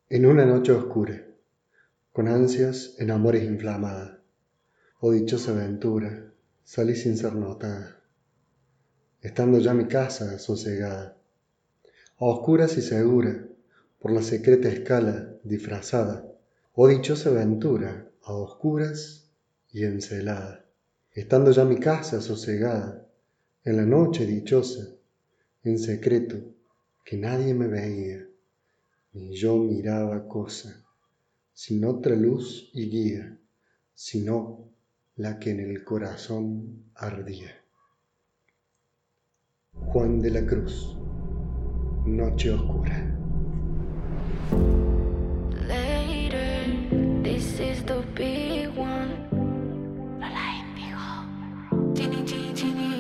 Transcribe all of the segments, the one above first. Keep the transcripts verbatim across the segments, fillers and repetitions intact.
En una noche oscura, con ansias en amores inflamada, oh dichosa aventura, salí sin ser notada, estando ya mi casa sosegada, a oscuras y segura, por la secreta escala disfrazada, oh dichosa aventura, a oscuras y encelada, estando ya mi casa sosegada, en la noche dichosa, en secreto, que nadie me veía, ni yo miraba cosa, sin otra luz y guía, sino la que en el corazón ardía. Juan de la Cruz, Noche Oscura. Later, this is the big one. Lola Índigo. Ginny, Ginny, Ginny.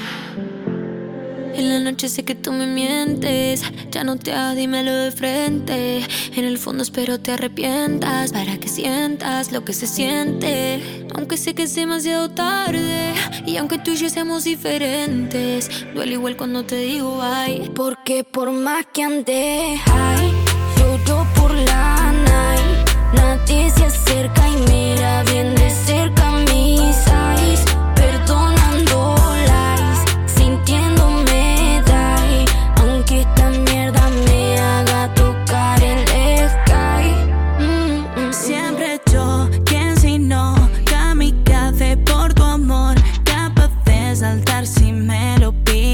En la noche sé que tú me mientes, ya no te hagas, dímelo de frente. En el fondo espero te arrepientas, para que sientas lo que se siente. Aunque sé que es demasiado tarde, y aunque tú y yo seamos diferentes, duele igual cuando te digo ay. Porque por más que ande high, lloro por la night. Nadie se acerca y mira bien de cerca mis eyes, perdonando lies, sintiéndome die. Aunque esta mierda me haga tocar el sky. mm, mm, Siempre yo, quien si no, kamikaze por tu amor, capaz de saltar si me lo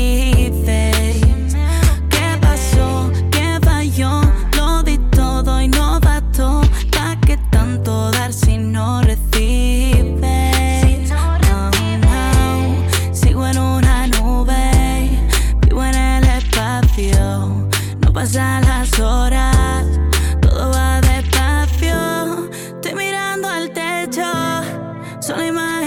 pides. ¿Qué pasó? ¿Qué falló? Lo di todo y no bastó. ¿Pa' qué tanto dar si no recibes? No, no, sigo en una nube, vivo en el espacio. No pasan las horas, todo va despacio. Estoy mirando al techo, solo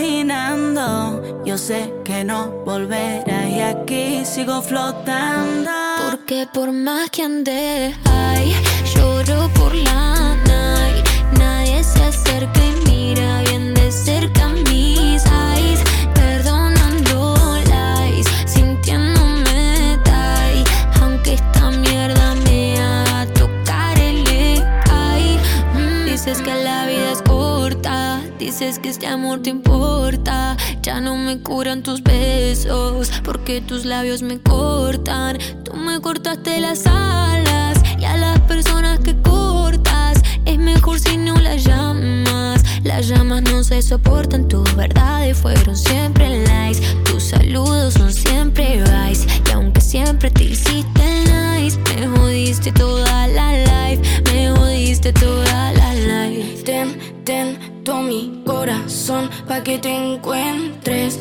imaginando. Yo sé que no volverás y aquí sigo flotando. Porque por más que ande ay, lloro por la night. Nadie se acerca y mira bien de cerca mis eyes, perdonando lies, sintiéndome die. Aunque esta mierda me haga tocar el sky. mm, Dices que la vida es corta, dices que este amor te importa. Ya no me curan tus besos, porque tus labios me cortan. Tú me cortaste las alas, y a las personas que cortas es mejor si no las llamas. Las llamas no se soportan, tus verdades fueron siempre lies. Tus saludos son siempre vice, y aunque siempre te hiciste nice, me jodiste toda la life, me jodiste toda la life. Ten, ten todo mi corazón pa' que te encuentres.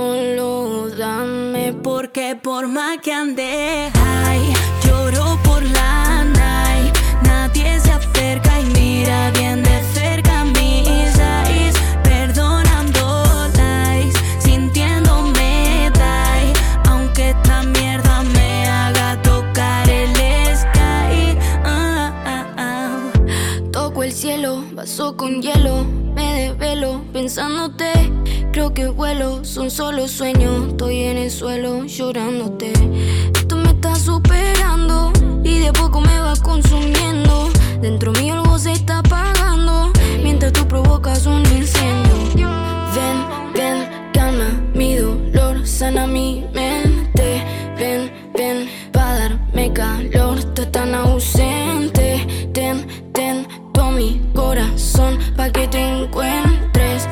Solo dame, Porque por más que ande high, lloro por la night. Nadie se acerca y mira bien de cerca mis eyes, perdonando lies, sintiéndome die. Aunque esta mierda me haga tocar el sky. ah, ah, ah. toco el cielo, vaso con hielo. Me desvelo pensándote, creo que vuelo. Son solo sueños, estoy en el suelo llorándote. Esto me está superando y de a poco me va consumiendo. Dentro mío algo se está apagando, mientras tú provocas un incendio. Ven, ven, calma mi dolor, sana mi mente. Ven, ven, pa' darme calor, estás tan ausente. Ten, ten todo mi corazón pa' que te encuentres.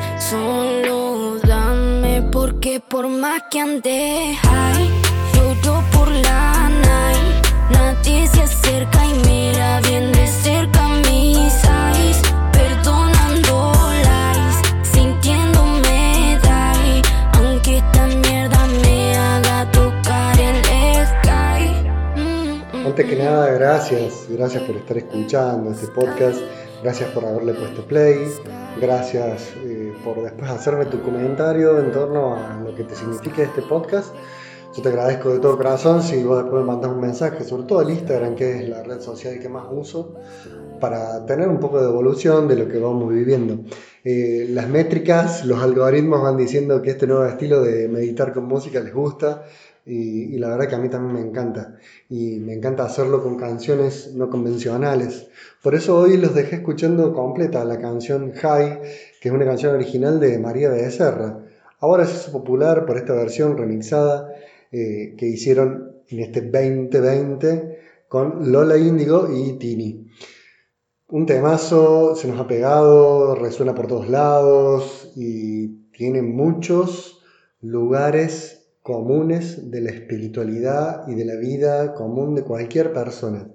Solo dame, porque por más que ande high, lloro por la night. Nadie se acerca y mira bien de cerca mis eyes, perdonando lies, sintiéndome die. Aunque esta mierda me haga tocar el sky. mm, mm, Antes que nada, gracias, gracias por estar escuchando este podcast, gracias por haberle puesto play, gracias eh, por después hacerme tu comentario en torno a lo que te significa este podcast. Yo te agradezco de todo corazón si vos después me mandas un mensaje, sobre todo el Instagram, que es la red social que más uso, para tener un poco de evolución de lo que vamos viviendo. Eh, las métricas, los algoritmos van diciendo que este nuevo estilo de meditar con música les gusta, y, y la verdad que a mí también me encanta. Y me encanta hacerlo con canciones no convencionales. Por eso hoy los dejé escuchando completa la canción High, que es una canción original de María Becerra. Ahora se hizo popular por esta versión remixada eh, que hicieron en este veinte veinte con Lola Índigo y Tini. Un temazo, se nos ha pegado, resuena por todos lados y tiene muchos lugares comunes de la espiritualidad y de la vida común de cualquier persona.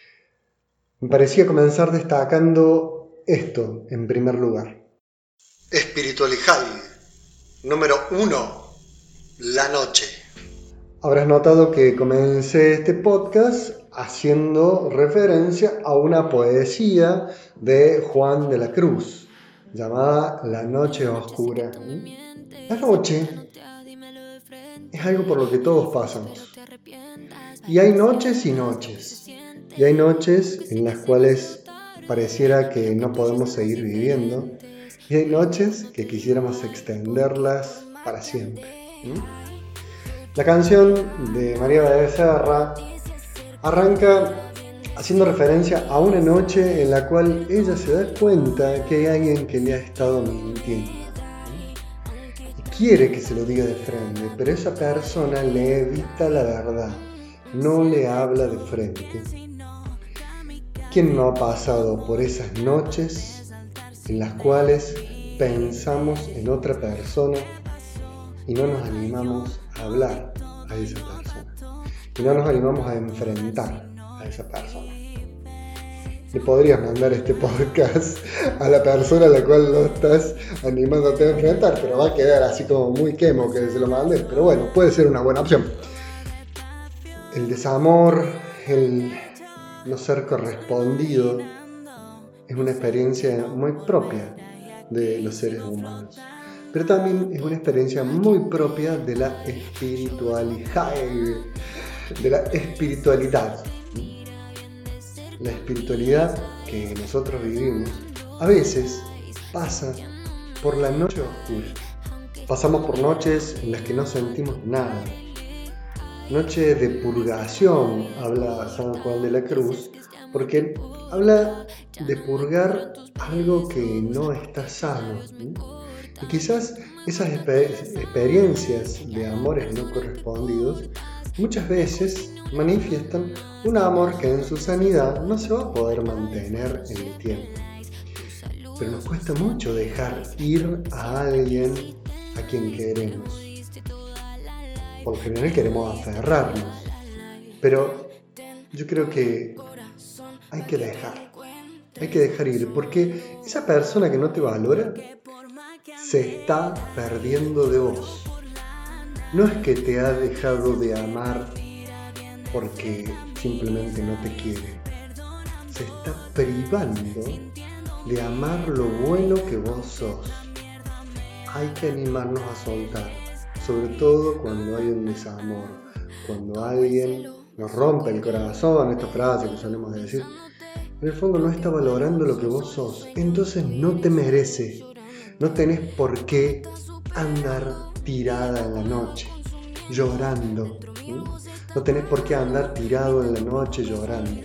Me parecía comenzar destacando esto en primer lugar. Espiritualidad. Número uno. La noche. Habrás notado que comencé este podcast haciendo referencia a una poesía de Juan de la Cruz llamada La Noche Oscura. La noche es algo por lo que todos pasamos. Y hay noches y noches. Y hay noches en las cuales pareciera que no podemos seguir viviendo. Y hay noches que quisiéramos extenderlas para siempre. La canción de María Becerra arranca haciendo referencia a una noche en la cual ella se da cuenta que hay alguien que le ha estado mintiendo. Y quiere que se lo diga de frente, pero esa persona le evita la verdad, no le habla de frente. ¿Quién no ha pasado por esas noches en las cuales pensamos en otra persona y no nos animamos a hablar a esa persona? Y no nos animamos a enfrentar a esa persona. Le podrías mandar este podcast a la persona a la cual no estás animándote a enfrentar, pero va a quedar así como muy quemo que se lo mandes. Pero bueno, puede ser una buena opción. El desamor, el no ser correspondido, es una experiencia muy propia de los seres humanos. Pero también es una experiencia muy propia de la espiritualidad. De la espiritualidad. La espiritualidad que nosotros vivimos a veces pasa por la noche oscura. Pasamos por noches en las que no sentimos nada. Noche de purgación, habla San Juan de la Cruz, porque habla de purgar algo que no está sano. Y quizás esas exper- experiencias de amores no correspondidos muchas veces manifiestan un amor que en su sanidad no se va a poder mantener en el tiempo. Pero nos cuesta mucho dejar ir a alguien a quien queremos. Por lo general queremos aferrarnos, pero yo creo que hay que dejar, hay que dejar ir, porque esa persona que no te valora se está perdiendo de vos. No es que te ha dejado de amar porque simplemente no te quiere. Se está privando de amar lo bueno que vos sos. Hay que animarnos a soltar, sobre todo cuando hay un desamor, cuando alguien nos rompe el corazón, esta frase que solemos decir. En el fondo no está valorando lo que vos sos, entonces no te merece. No tenés por qué andar tirada en la noche, llorando. ¿Sí? No tenés por qué andar tirado en la noche llorando.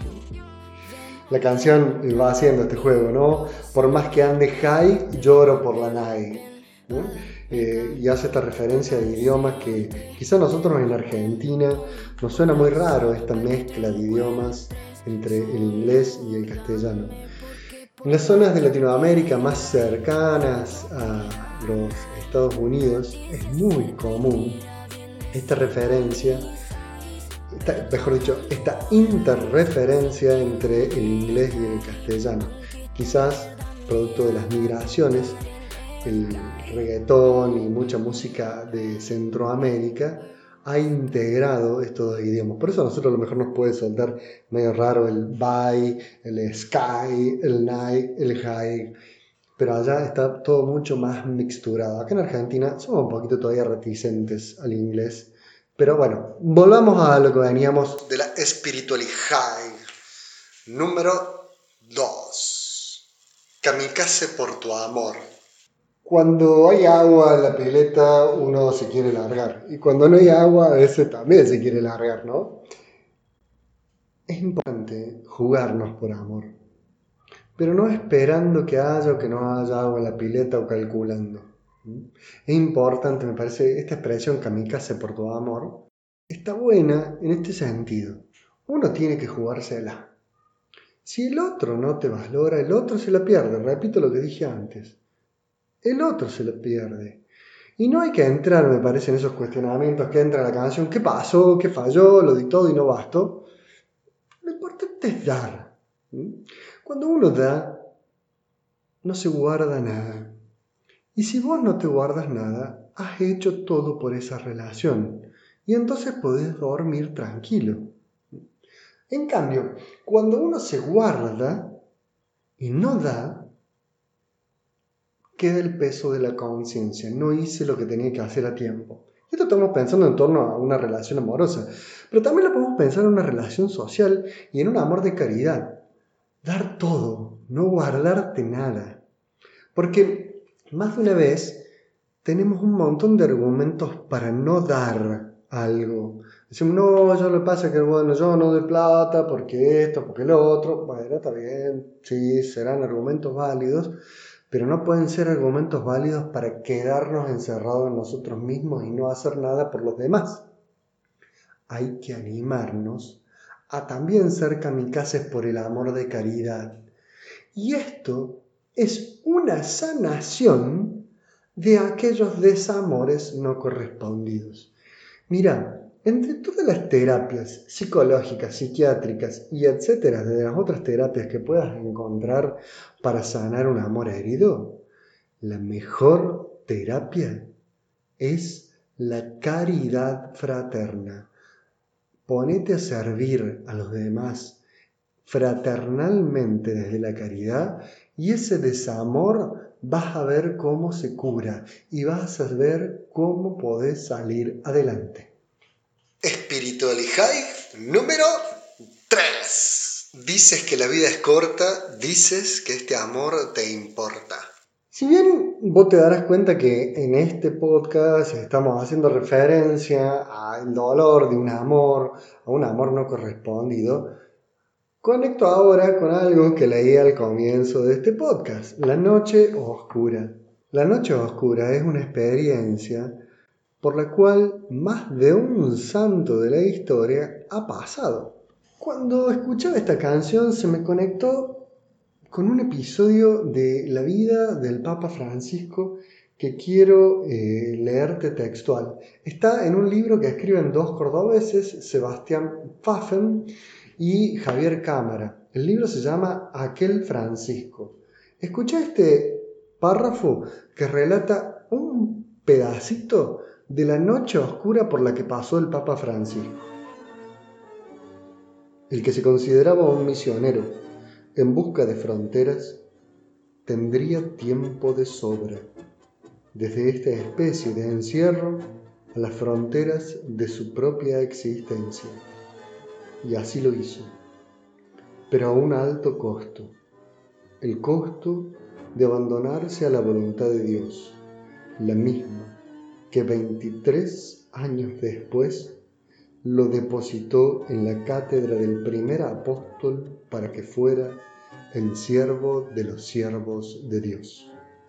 La canción va haciendo este juego, ¿no? Por más que ande high, lloro por la night. ¿No? Eh, y hace esta referencia de idiomas que quizá a nosotros en Argentina nos suena muy raro esta mezcla de idiomas entre el inglés y el castellano. En las zonas de Latinoamérica más cercanas a los Estados Unidos es muy común esta referencia, esta, mejor dicho, esta interreferencia entre el inglés y el castellano. Quizás producto de las migraciones, el reggaetón y mucha música de Centroamérica ha integrado estos dos idiomas. Por eso a nosotros a lo mejor nos puede soltar medio raro el bye, el sky, el night, el high. Pero allá está todo mucho más mixturado. Acá en Argentina somos un poquito todavía reticentes al inglés. Pero bueno, volvamos a lo que veníamos de la espiritualidad. Número dos. Kamikaze por tu amor. Cuando hay agua en la pileta, uno se quiere largar. Y cuando no hay agua, a veces también se quiere largar, ¿no? Es importante jugarnos por amor, pero no esperando que haya o que no haya agua en la pileta o calculando. Es importante, me parece, esta expresión kamikaze por tu amor, está buena en este sentido. Uno tiene que jugársela. Si el otro no te valora, el otro se la pierde. Repito lo que dije antes. El otro se la pierde. Y no hay que entrar, me parece, en esos cuestionamientos que entra la canción. ¿Qué pasó? ¿Qué falló? Lo di todo y no bastó. Lo importante es dar. Cuando uno da, no se guarda nada. Y si vos no te guardas nada, has hecho todo por esa relación. Y entonces podés dormir tranquilo. En cambio, cuando uno se guarda y no da, queda el peso de la conciencia. No hice lo que tenía que hacer a tiempo. Esto estamos pensando en torno a una relación amorosa, pero también lo podemos pensar en una relación social y en un amor de caridad. Dar todo, no guardarte nada. Porque más de una vez tenemos un montón de argumentos para no dar algo. Decimos, no, yo lo que pasa es que bueno, yo no doy plata porque esto, porque lo otro. Bueno, está bien, sí, serán argumentos válidos, pero no pueden ser argumentos válidos para quedarnos encerrados en nosotros mismos y no hacer nada por los demás. Hay que animarnos a también ser kamikazes por el amor de caridad. Y esto es una sanación de aquellos desamores no correspondidos. Mira, entre todas las terapias psicológicas, psiquiátricas y etcétera, de las otras terapias que puedas encontrar para sanar un amor herido, la mejor terapia es la caridad fraterna. Ponete a servir a los demás fraternalmente desde la caridad y ese desamor vas a ver cómo se cura y vas a ver cómo podés salir adelante. Spiritualidad número tres. Dices que la vida es corta, dices que este amor te importa. Si bien vos te darás cuenta que en este podcast estamos haciendo referencia al dolor de un amor, a un amor no correspondido, conecto ahora con algo que leí al comienzo de este podcast, la noche oscura. La noche oscura es una experiencia por la cual más de un santo de la historia ha pasado. Cuando escuchaba esta canción se me conectó con un episodio de la vida del Papa Francisco que quiero eh, leerte textual. Está en un libro que escriben dos cordobeses, Sebastián Pfaffen y Javier Cámara. El libro se llama Aquel Francisco. Escucha este párrafo que relata un pedacito de la noche oscura por la que pasó el Papa Francisco. El que se consideraba un misionero en busca de fronteras tendría tiempo de sobra, desde esta especie de encierro a las fronteras de su propia existencia. Y así lo hizo, pero a un alto costo, el costo de abandonarse a la voluntad de Dios, la misma que veintitrés años después lo depositó en la cátedra del primer apóstol para que fuera el siervo de los siervos de Dios.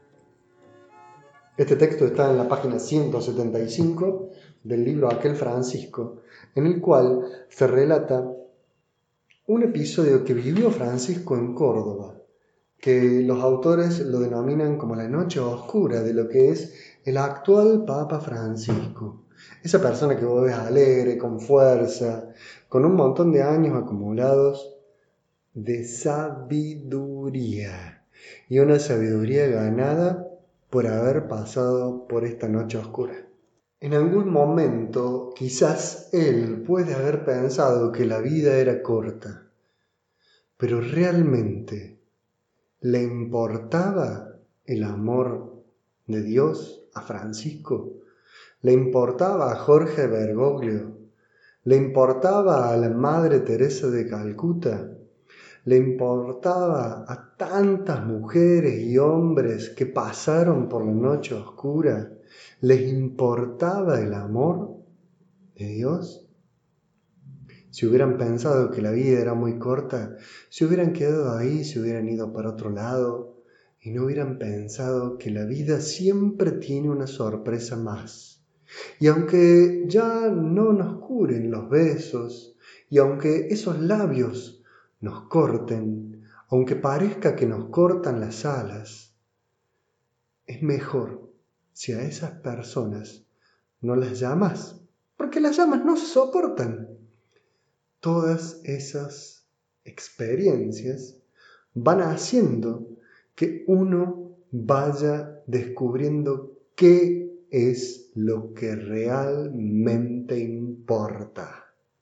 Este texto está en la página ciento setenta y cinco del libro Aquel Francisco, en el cual se relata un episodio que vivió Francisco en Córdoba, que los autores lo denominan como la noche oscura de lo que es el actual Papa Francisco. Esa persona que vos ves alegre, con fuerza, con un montón de años acumulados de sabiduría. Y una sabiduría ganada por haber pasado por esta noche oscura. En algún momento, quizás él puede haber pensado que la vida era corta, pero realmente le importaba el amor de Dios a Francisco. Le importaba a Jorge Bergoglio, le importaba a la Madre Teresa de Calcuta, le importaba a tantas mujeres y hombres que pasaron por la noche oscura, les importaba el amor de Dios. Si hubieran pensado que la vida era muy corta, se hubieran quedado ahí, se hubieran ido para otro lado y no hubieran pensado que la vida siempre tiene una sorpresa más. Y aunque ya no nos curen los besos, y aunque esos labios nos corten, aunque parezca que nos cortan las alas, es mejor si a esas personas no las llamas, porque las llamas no se soportan. Todas esas experiencias van haciendo que uno vaya descubriendo qué es lo que realmente importa.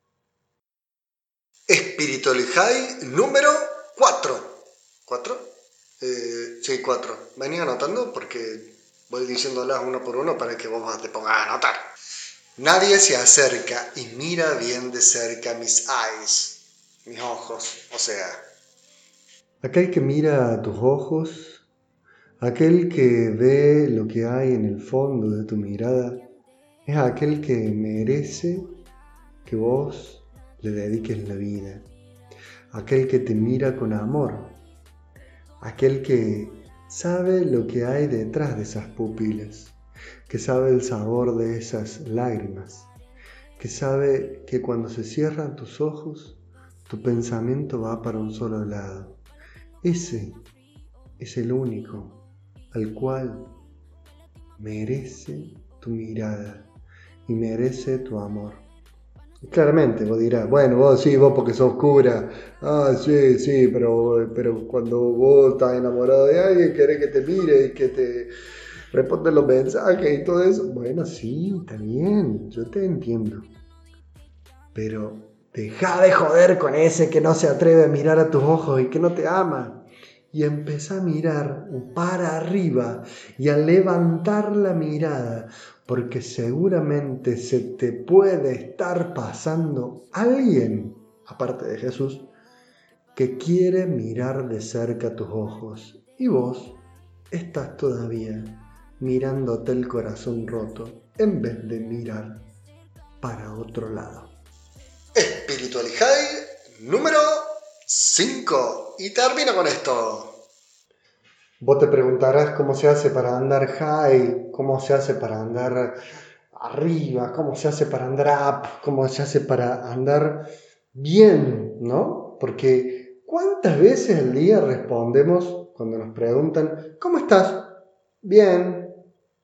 Espiritualidad número cuatro. ¿Cuatro? Eh, sí, cuatro. Vení anotando porque voy diciéndolas uno por uno para que vos te pongas a anotar. Nadie se acerca y mira bien de cerca mis eyes, mis ojos, o sea. Aquel que mira a tus ojos, aquel que ve lo que hay en el fondo de tu mirada, es aquel que merece que vos le dediques la vida, aquel que te mira con amor, aquel que sabe lo que hay detrás de esas pupilas, que sabe el sabor de esas lágrimas, que sabe que cuando se cierran tus ojos, tu pensamiento va para un solo lado. Ese es el único al cual merece tu mirada y merece tu amor. Claramente vos dirás, bueno, vos sí, vos porque sos cura, ah, sí, sí, pero, pero cuando vos estás enamorado de alguien, querés que te mire y que te responda los mensajes y todo eso. Bueno, sí, está bien, yo te entiendo. Pero deja de joder con ese que no se atreve a mirar a tus ojos y que no te ama. Y empezá a mirar para arriba y a levantar la mirada, porque seguramente se te puede estar pasando alguien, aparte de Jesús, que quiere mirar de cerca tus ojos. Y vos estás todavía mirándote el corazón roto en vez de mirar para otro lado. Espiritualidad número cinco. Y termino con esto. Vos te preguntarás cómo se hace para andar high, cómo se hace para andar arriba, cómo se hace para andar up, cómo se hace para andar bien, ¿no? Porque ¿cuántas veces al día respondemos cuando nos preguntan, ¿cómo estás? Bien.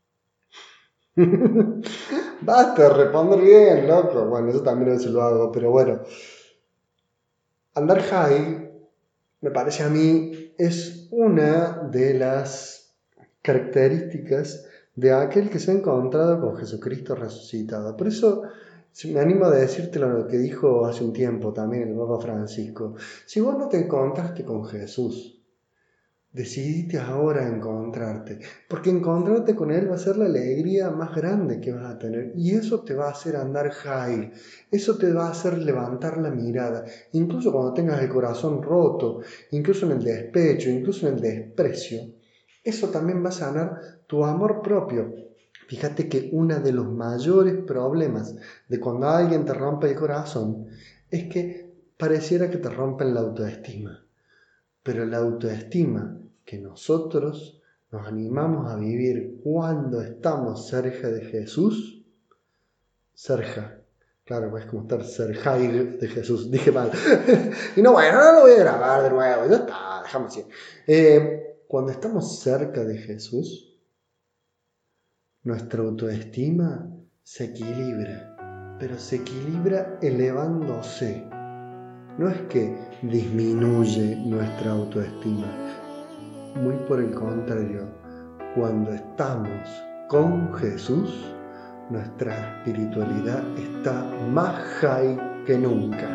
Basta de responder bien, loco. Bueno, eso también a veces lo hago, pero bueno. Andar high, me parece a mí, es una de las características de aquel que se ha encontrado con Jesucristo resucitado. Por eso me animo a decirte lo que dijo hace un tiempo también el Papa Francisco. Si vos no te encontraste con Jesús, decidiste ahora encontrarte, porque encontrarte con Él va a ser la alegría más grande que vas a tener, y eso te va a hacer andar high, eso te va a hacer levantar la mirada, incluso cuando tengas el corazón roto, incluso en el despecho, incluso en el desprecio. Eso también va a sanar tu amor propio. Fíjate que uno de los mayores problemas de cuando alguien te rompe el corazón es que pareciera que te rompen la autoestima. Pero la autoestima que nosotros nos animamos a vivir cuando estamos cerca de Jesús, cerca, claro, es como estar cerca de Jesús, dije mal, y no, bueno, no lo voy a grabar de nuevo, ya está, déjame así. Eh, cuando estamos cerca de Jesús, nuestra autoestima se equilibra, pero se equilibra elevándose. No es que disminuye nuestra autoestima, muy por el contrario, cuando estamos con Jesús, nuestra espiritualidad está más high que nunca.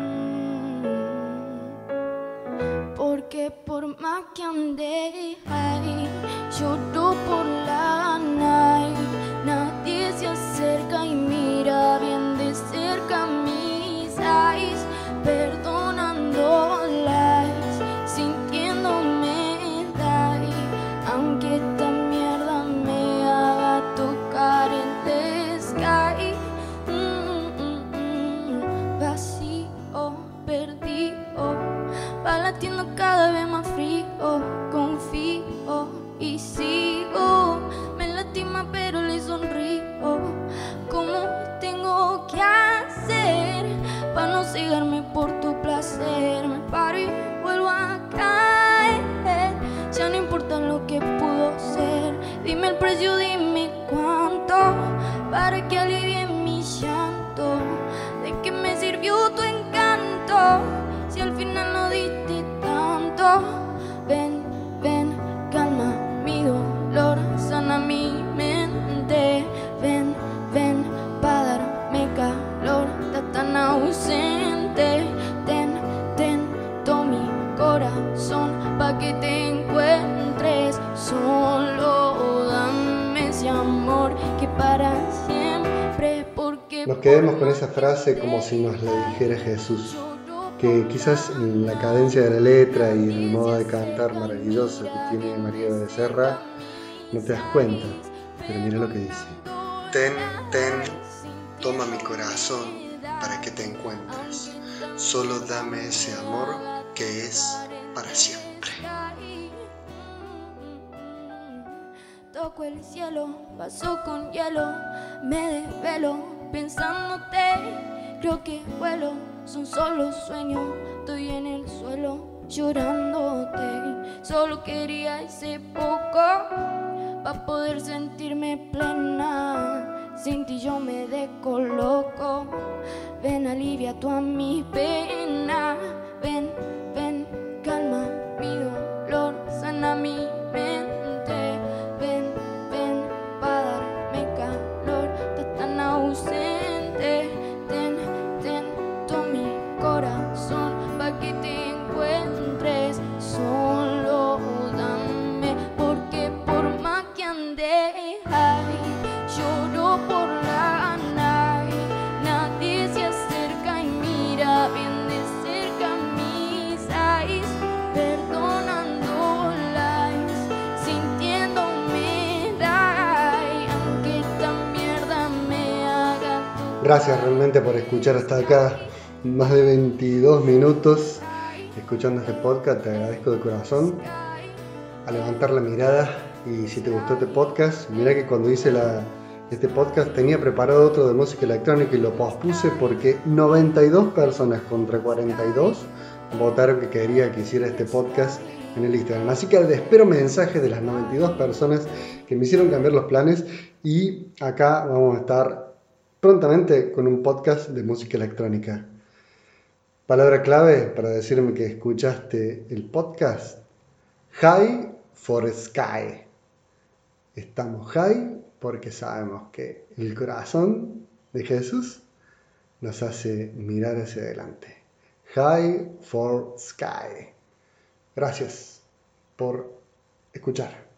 Porque por más que ande high, lloro por la night, nadie se acerca y mira bien de cerca mis eyes, perdonando lies, pa' que te encuentres. Solo dame ese amor que para siempre, porque nos quedemos con esa frase como si nos la dijera Jesús, que quizás en la cadencia de la letra y en el modo de cantar maravilloso que tiene María de Becerra no te das cuenta, pero mira lo que dice: ten, ten, toma mi corazón para que te encuentres, solo dame ese amor que es para siempre. Toco el cielo, vaso con hielo, me desvelo pensándote, creo que vuelo, son solo sueños, estoy en el suelo llorándote. Solo quería ese poco pa' poder sentirme plena, sin ti yo me descoloco. Ven, alivia toda mi pena, ven, ven, calma mi dolor, sana mi mente, ven, ven, pa' darme calor, estás tan ausente, ten, ten, todo mi corazón, pa' que te encuentres, solo dame, porque por más que ande, ay, lloro por la night, nadie se acerca y mira bien de cerca mis eyes, perdonando lies, sintiéndome die, aunque esta mierda me haga. Gracias realmente por escuchar hasta acá, más de veintidós minutos escuchando este podcast, te agradezco de corazón. A levantar la mirada, y si te gustó este podcast, mira que cuando hice la, este podcast tenía preparado otro de música electrónica y lo pospuse porque noventa y dos personas contra cuarenta y dos votaron que quería que hiciera este podcast en el Instagram. Así que espero mensajes de las noventa y dos personas que me hicieron cambiar los planes, y acá vamos a estar prontamente con un podcast de música electrónica. Palabra clave para decirme que escuchaste el podcast: High for Sky. Estamos high porque sabemos que el corazón de Jesús nos hace mirar hacia adelante. High for Sky. Gracias por escuchar.